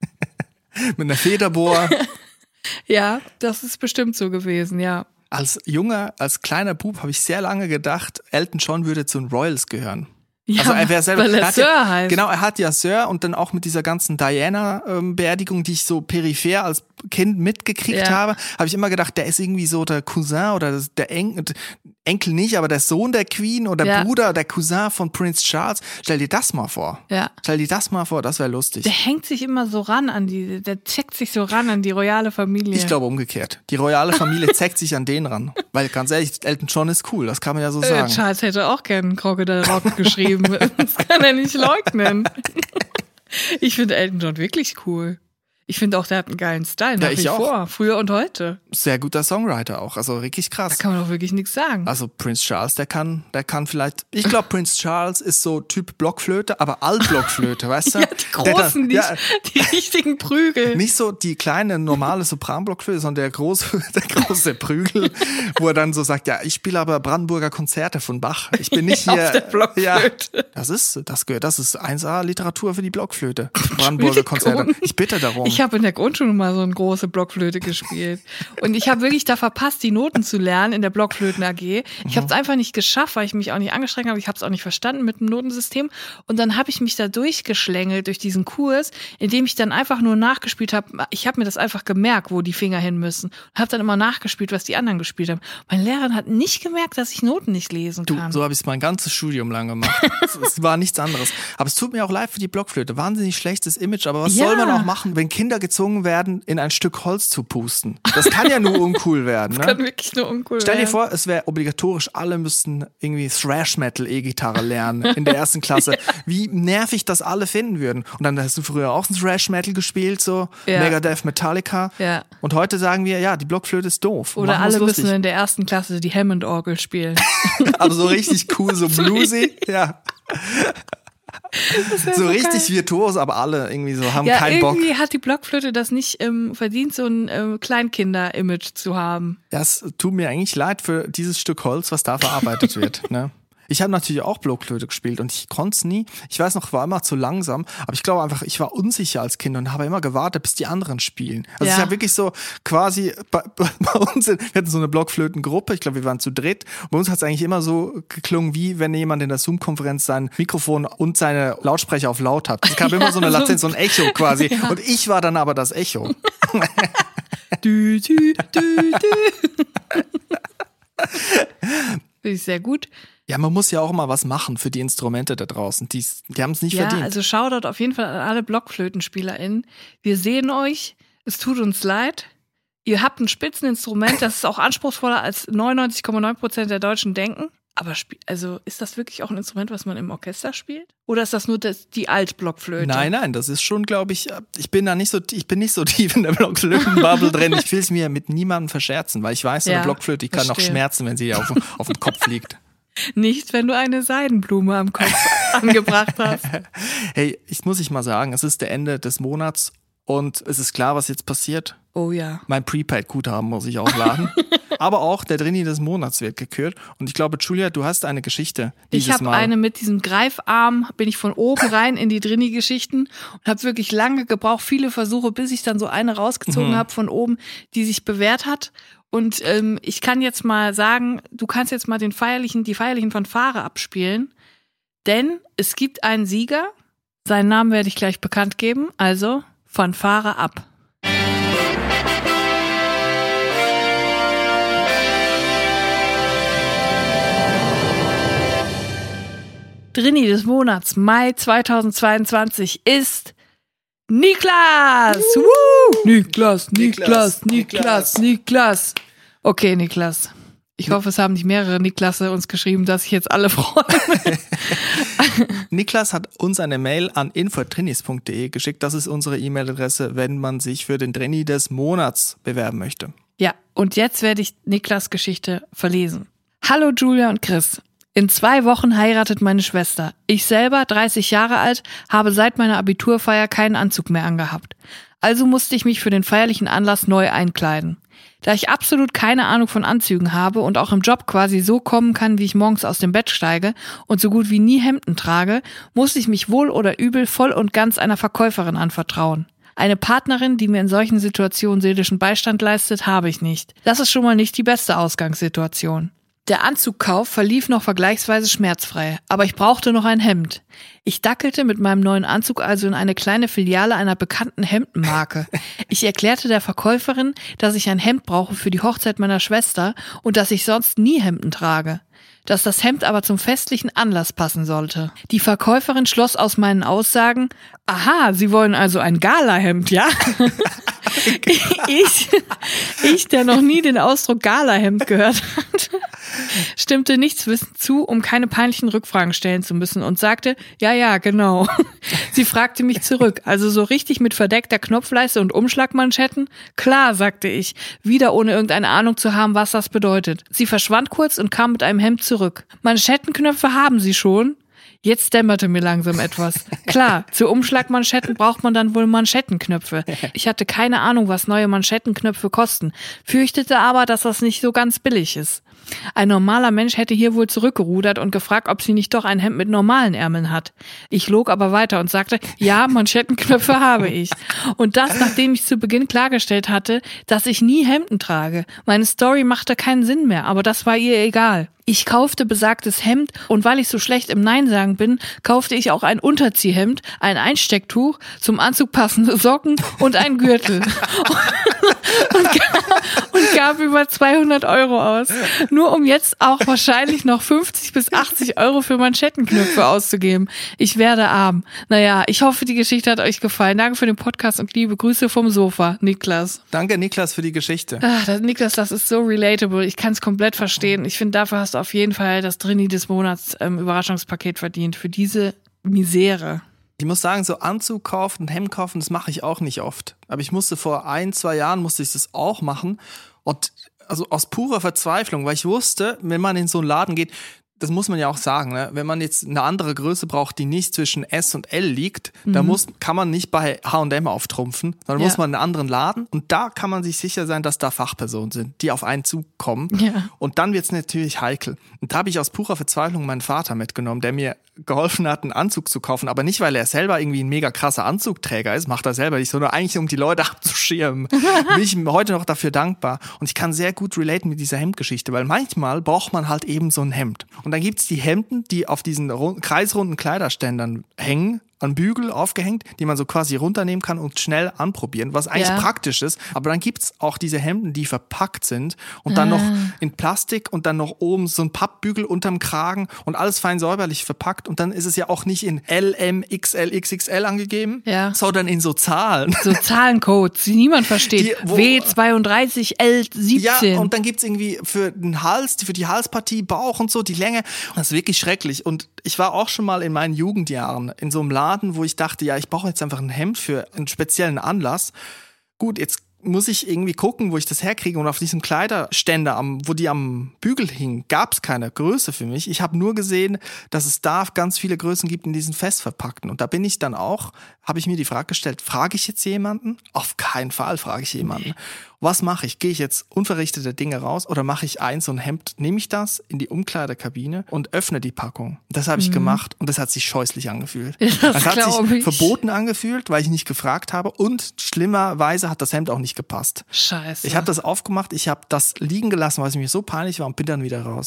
Speaker 2: Mit einer Federbohr.
Speaker 1: Ja, das ist bestimmt so gewesen, ja.
Speaker 2: Als kleiner Bub habe ich sehr lange gedacht, Elton John würde zu den Royals gehören.
Speaker 1: Ja,
Speaker 2: also er wäre selber,
Speaker 1: weil er Sir heißt.
Speaker 2: Genau, er hat ja Sir und dann auch mit dieser ganzen Diana-Beerdigung, die ich so peripher als Kind mitgekriegt habe ich immer gedacht, der ist irgendwie so der Cousin oder der Enkel nicht, aber der Sohn der Queen oder der Bruder, der Cousin von Prince Charles. Stell dir das mal vor.
Speaker 1: Ja.
Speaker 2: Stell dir das mal vor, das wäre lustig.
Speaker 1: Der hängt sich immer so ran der checkt sich so ran an die royale Familie.
Speaker 2: Ich glaube umgekehrt. Die royale Familie zeckt sich an den ran. Weil ganz ehrlich, Elton John ist cool, das kann man ja so sagen.
Speaker 1: Charles hätte auch gerne einen Crocodile Rock geschrieben. Das kann er nicht leugnen. Ich finde Elton John wirklich cool. Ich finde auch, der hat einen geilen Style nach wie vor. Früher und heute.
Speaker 2: Sehr guter Songwriter auch, also richtig krass.
Speaker 1: Da kann man auch wirklich nichts sagen.
Speaker 2: Also Prince Charles, der kann vielleicht, ich glaube Prince Charles ist so Typ Blockflöte, aber Altblockflöte, weißt du?
Speaker 1: Ja, die großen, die richtigen Prügel.
Speaker 2: Nicht so die kleine, normale Sopranblockflöte, sondern der große Prügel, wo er dann so sagt, ja, ich spiele aber Brandenburger Konzerte von Bach. Ich bin nicht hier.
Speaker 1: Auf der Blockflöte.
Speaker 2: Ja, das ist 1A Literatur für die Blockflöte. Brandenburger Konzerte. Ich bitte darum.
Speaker 1: Ich habe in der Grundschule mal so eine große Blockflöte gespielt. Und ich habe wirklich da verpasst, die Noten zu lernen in der Blockflöten AG. Ich habe es einfach nicht geschafft, weil ich mich auch nicht angestrengt habe. Ich habe es auch nicht verstanden mit dem Notensystem. Und dann habe ich mich da durchgeschlängelt durch diesen Kurs, in dem ich dann einfach nur nachgespielt habe. Ich habe mir das einfach gemerkt, wo die Finger hin müssen. Und habe dann immer nachgespielt, was die anderen gespielt haben. Meine Lehrerin hat nicht gemerkt, dass ich Noten nicht lesen kann.
Speaker 2: So habe ich es mein ganzes Studium lang gemacht. Es war nichts anderes. Aber es tut mir auch leid für die Blockflöte. Wahnsinnig schlechtes Image. Aber was soll man auch machen, wenn Kinder gezwungen werden, in ein Stück Holz zu pusten? Das kann ja nur uncool werden. Ne?
Speaker 1: Das kann wirklich nur uncool werden.
Speaker 2: Stell dir vor, es wäre obligatorisch, alle müssten irgendwie Thrash-Metal-E-Gitarre lernen in der ersten Klasse. Ja. Wie nervig das alle finden würden. Und dann hast du früher auch Thrash-Metal gespielt, so Megadeth, Metallica. Ja. Und heute sagen wir, ja, die Blockflöte ist doof.
Speaker 1: Oder alle müssen in der ersten Klasse die Hammond-Orgel spielen.
Speaker 2: Aber so richtig cool, so bluesy. Ja. So richtig virtuos, aber alle irgendwie so haben keinen Bock.
Speaker 1: Irgendwie hat die Blockflöte das nicht verdient, so ein Kleinkinder-Image zu haben.
Speaker 2: Ja, es tut mir eigentlich leid für dieses Stück Holz, was da verarbeitet wird. Ne? Ich habe natürlich auch Blockflöte gespielt und ich konnte es nie. Ich weiß noch, war immer zu langsam, aber ich glaube einfach, ich war unsicher als Kind und habe immer gewartet, bis die anderen spielen. Also ich habe wirklich so quasi bei uns, wir hatten so eine Blockflötengruppe, ich glaube, wir waren zu dritt. Bei uns hat es eigentlich immer so geklungen, wie wenn jemand in der Zoom-Konferenz sein Mikrofon und seine Lautsprecher auf laut hat. Es gab immer so eine Latenz, so ein Echo quasi. Ja. Und ich war dann aber das Echo.
Speaker 1: Dü, dü, dü, dü. Finde ich sehr gut.
Speaker 2: Ja, man muss ja auch mal was machen für die Instrumente da draußen. Die haben es nicht verdient.
Speaker 1: Ja, also Shoutout auf jeden Fall an alle BlockflötenspielerInnen. Wir sehen euch. Es tut uns leid. Ihr habt ein Spitzeninstrument, das ist auch anspruchsvoller als 99,9% der Deutschen denken. Aber also ist das wirklich auch ein Instrument, was man im Orchester spielt? Oder ist das nur die Altblockflöte?
Speaker 2: Nein, das ist schon, glaube ich, ich bin nicht so tief in der Blockflötenbubble drin. Ich will es mir mit niemandem verscherzen, weil ich weiß, so eine Blockflöte, die kann noch schmerzen, wenn sie auf dem Kopf liegt.
Speaker 1: Nicht, wenn du eine Seidenblume am Kopf angebracht hast.
Speaker 2: Hey, muss ich mal sagen, es ist der Ende des Monats und es ist klar, was jetzt passiert.
Speaker 1: Oh ja.
Speaker 2: Mein Prepaid-Guthaben muss ich aufladen. Aber auch der Drini des Monats wird gekürt. Und ich glaube, Julia, du hast eine Geschichte dieses Mal.
Speaker 1: Ich habe eine mit diesem Greifarm, bin ich von oben rein in die Drini-Geschichten und habe wirklich lange gebraucht, viele Versuche, bis ich dann so eine rausgezogen habe von oben, die sich bewährt hat. Und ich kann jetzt mal sagen, du kannst jetzt mal die feierlichen Fanfare abspielen, denn es gibt einen Sieger. Seinen Namen werde ich gleich bekannt geben. Also Fanfare ab. Drini des Monats Mai 2022 ist Niklas! Niklas. Okay, Niklas. Ich hoffe, es haben nicht mehrere Niklasse uns geschrieben, dass sich jetzt alle freuen.
Speaker 2: Niklas hat uns eine Mail an info@drinis.de geschickt. Das ist unsere E-Mail-Adresse, wenn man sich für den Drini des Monats bewerben möchte.
Speaker 1: Ja, und jetzt werde ich Niklas Geschichte verlesen. Hallo Julia und Chris. In 2 Wochen heiratet meine Schwester. Ich selber, 30 Jahre alt, habe seit meiner Abiturfeier keinen Anzug mehr angehabt. Also musste ich mich für den feierlichen Anlass neu einkleiden. Da ich absolut keine Ahnung von Anzügen habe und auch im Job quasi so kommen kann, wie ich morgens aus dem Bett steige und so gut wie nie Hemden trage, muss ich mich wohl oder übel voll und ganz einer Verkäuferin anvertrauen. Eine Partnerin, die mir in solchen Situationen seelischen Beistand leistet, habe ich nicht. Das ist schon mal nicht die beste Ausgangssituation. Der Anzugkauf verlief noch vergleichsweise schmerzfrei, aber ich brauchte noch ein Hemd. Ich dackelte mit meinem neuen Anzug also in eine kleine Filiale einer bekannten Hemdenmarke. Ich erklärte der Verkäuferin, dass ich ein Hemd brauche für die Hochzeit meiner Schwester und dass ich sonst nie Hemden trage. Dass das Hemd aber zum festlichen Anlass passen sollte. Die Verkäuferin schloss aus meinen Aussagen: Aha, Sie wollen also ein Galahemd, ja? Ich, der noch nie den Ausdruck Galahemd gehört hat, stimmte nichtswissend zu, um keine peinlichen Rückfragen stellen zu müssen und sagte, ja, genau. Sie fragte mich zurück, also so richtig mit verdeckter Knopfleiste und Umschlagmanschetten? Klar, sagte ich, wieder ohne irgendeine Ahnung zu haben, was das bedeutet. Sie verschwand kurz und kam mit einem Hemd zurück. Manschettenknöpfe haben Sie schon? Jetzt dämmerte mir langsam etwas. Klar, zu Umschlagmanschetten braucht man dann wohl Manschettenknöpfe. Ich hatte keine Ahnung, was neue Manschettenknöpfe kosten, fürchtete aber, dass das nicht so ganz billig ist. Ein normaler Mensch hätte hier wohl zurückgerudert und gefragt, ob sie nicht doch ein Hemd mit normalen Ärmeln hat. Ich log aber weiter und sagte, ja, Manschettenknöpfe habe ich. Und das, nachdem ich zu Beginn klargestellt hatte, dass ich nie Hemden trage. Meine Story machte keinen Sinn mehr, aber das war ihr egal. Ich kaufte besagtes Hemd und weil ich so schlecht im Nein sagen bin, kaufte ich auch ein Unterziehhemd, ein Einstecktuch, zum Anzug passende Socken und einen Gürtel. Und gab über 200 € aus. Nur um jetzt auch wahrscheinlich noch 50 bis 80 € für Manschettenknöpfe auszugeben. Ich werde arm. Naja, ich hoffe, die Geschichte hat euch gefallen. Danke für den Podcast und liebe Grüße vom Sofa, Niklas.
Speaker 2: Danke, Niklas, für die Geschichte.
Speaker 1: Niklas, das ist so relatable. Ich kann es komplett verstehen. Ich finde, dafür hast du auf jeden Fall das Drini des Monats Überraschungspaket verdient. Für diese Misere.
Speaker 2: Ich muss sagen, so Anzug kaufen, Hemd kaufen, das mache ich auch nicht oft. Aber ich musste vor 1-2 Jahren musste ich das auch machen. Und also aus purer Verzweiflung, weil ich wusste, wenn man in so einen Laden geht, das muss man ja auch sagen, ne? Wenn man jetzt eine andere Größe braucht, die nicht zwischen S und L liegt, dann kann man nicht bei H&M auftrumpfen, sondern muss man in einen anderen Laden und da kann man sich sicher sein, dass da Fachpersonen sind, die auf einen zukommen. Ja. Und dann wird's natürlich heikel. Und da habe ich aus purer Verzweiflung meinen Vater mitgenommen, der mir geholfen hat, einen Anzug zu kaufen, aber nicht, weil er selber irgendwie ein mega krasser Anzugträger ist, macht er selber nicht, sondern eigentlich, um die Leute abzuschirmen. Bin ich heute noch dafür dankbar. Und ich kann sehr gut relaten mit dieser Hemdgeschichte, weil manchmal braucht man halt eben so ein Hemd. Und dann gibt's die Hemden, die auf diesen kreisrunden Kleiderständern hängen, an Bügel aufgehängt, die man so quasi runternehmen kann und schnell anprobieren, was eigentlich praktisch ist. Aber dann gibt's auch diese Hemden, die verpackt sind und dann noch in Plastik und dann noch oben so ein Pappbügel unterm Kragen und alles fein säuberlich verpackt. Und dann ist es ja auch nicht in L, M, XL, XXL angegeben, sondern in so Zahlen. So
Speaker 1: Zahlencodes, die niemand versteht. W32, L17.
Speaker 2: Ja, und dann gibt's irgendwie für den Hals, für die Halspartie, Bauch und so, die Länge. Das ist wirklich schrecklich. Und ich war auch schon mal in meinen Jugendjahren in so einem Laden, wo ich dachte, ja, ich brauche jetzt einfach ein Hemd für einen speziellen Anlass. Gut, jetzt muss ich irgendwie gucken, wo ich das herkriege. Und auf diesem Kleiderständer, wo die am Bügel hingen, gab es keine Größe für mich. Ich habe nur gesehen, dass es da ganz viele Größen gibt in diesen festverpackten. Und da bin ich dann auch, habe ich mir die Frage gestellt, frage ich jetzt jemanden? Auf keinen Fall frage ich jemanden. Was mache ich? Gehe ich jetzt unverrichtete Dinge raus oder mache ich so ein Hemd, nehme ich das in die Umkleidekabine und öffne die Packung? Das habe ich gemacht und das hat sich scheußlich angefühlt. Das hat sich verboten angefühlt, weil ich nicht gefragt habe und schlimmerweise hat das Hemd auch nicht gepasst.
Speaker 1: Scheiße.
Speaker 2: Ich habe das aufgemacht, ich habe das liegen gelassen, weil es mir so peinlich war und bin dann wieder raus.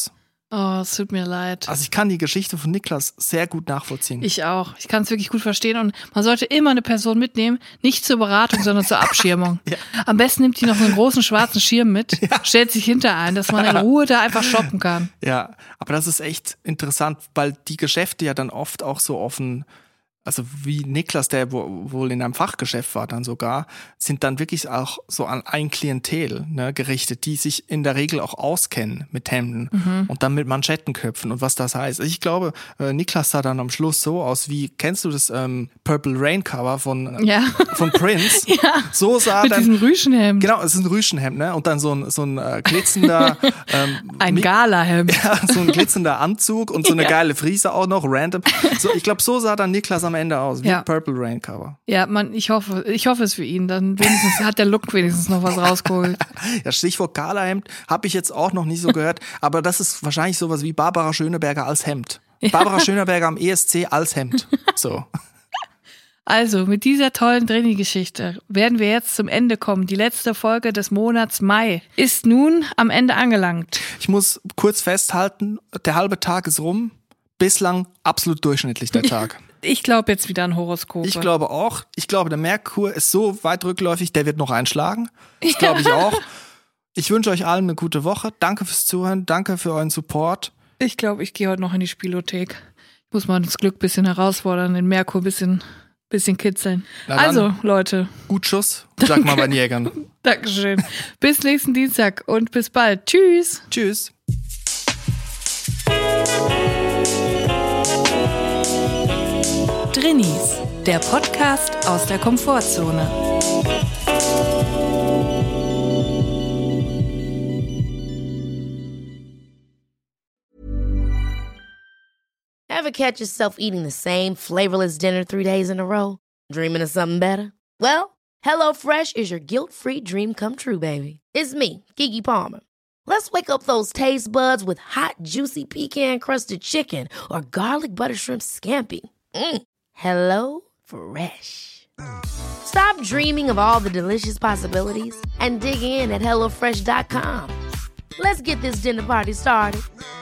Speaker 1: Oh, es tut mir leid.
Speaker 2: Also ich kann die Geschichte von Niklas sehr gut nachvollziehen.
Speaker 1: Ich auch. Ich kann es wirklich gut verstehen. Und man sollte immer eine Person mitnehmen, nicht zur Beratung, sondern zur Abschirmung.
Speaker 2: Ja.
Speaker 1: Am besten nimmt die noch so einen großen schwarzen Schirm mit, stellt sich hinter ein, dass man in Ruhe da einfach shoppen kann.
Speaker 2: Ja, aber das ist echt interessant, weil die Geschäfte ja dann oft auch so offen, also wie Niklas, der wohl in einem Fachgeschäft war dann sogar, sind dann wirklich auch so an ein Klientel, ne, gerichtet, die sich in der Regel auch auskennen mit Hemden und dann mit Manschettenköpfen und was das heißt. Also ich glaube, Niklas sah dann am Schluss so aus wie, kennst du das Purple Rain Cover von Prince?
Speaker 1: Ja.
Speaker 2: So sah
Speaker 1: mit
Speaker 2: dann,
Speaker 1: diesem Rüschenhemd.
Speaker 2: Genau, es ist ein Rüschenhemd, ne? Und dann so ein glitzender
Speaker 1: ein Galahemd.
Speaker 2: Ja, so ein glitzender Anzug und so eine geile Frise auch noch, random. So, ich glaube, so sah dann Niklas am Ende aus, wie Purple Rain Cover.
Speaker 1: Ja, ich hoffe es für ihn. Dann wenigstens hat der Look wenigstens noch was rausgeholt.
Speaker 2: Ja, Stichwort Galahemd habe ich jetzt auch noch nicht so gehört, aber das ist wahrscheinlich sowas wie Barbara Schöneberger als Hemd. Ja. Barbara Schöneberger am ESC als Hemd. So.
Speaker 1: Also, mit dieser tollen Drini-Geschichte werden wir jetzt zum Ende kommen. Die letzte Folge des Monats Mai ist nun am Ende angelangt.
Speaker 2: Ich muss kurz festhalten, der halbe Tag ist rum. Bislang absolut durchschnittlich der Tag.
Speaker 1: Ich glaube jetzt wieder an Horoskope.
Speaker 2: Ich glaube auch. Ich glaube, der Merkur ist so weit rückläufig, der wird noch einschlagen. Das glaube ich auch. Ich wünsche euch allen eine gute Woche. Danke fürs Zuhören. Danke für euren Support.
Speaker 1: Ich glaube, ich gehe heute noch in die Spielothek. Ich muss mal das Glück ein bisschen herausfordern, den Merkur ein bisschen kitzeln. Also, Leute.
Speaker 2: Gut Schuss, sag mal bei den Jägern.
Speaker 1: Dankeschön. Bis nächsten Dienstag und bis bald. Tschüss.
Speaker 2: Tschüss.
Speaker 1: Drinis, der Podcast aus der Komfortzone.
Speaker 3: Ever catch yourself eating the same flavorless dinner 3 days in a row? Dreaming of something better? Well, HelloFresh is your guilt-free dream come true, baby. It's me, Keke Palmer. Let's wake up those taste buds with hot, juicy pecan-crusted chicken or garlic butter shrimp scampi. Hello Fresh. Stop dreaming of all the delicious possibilities and dig in at HelloFresh.com. Let's get this dinner party started.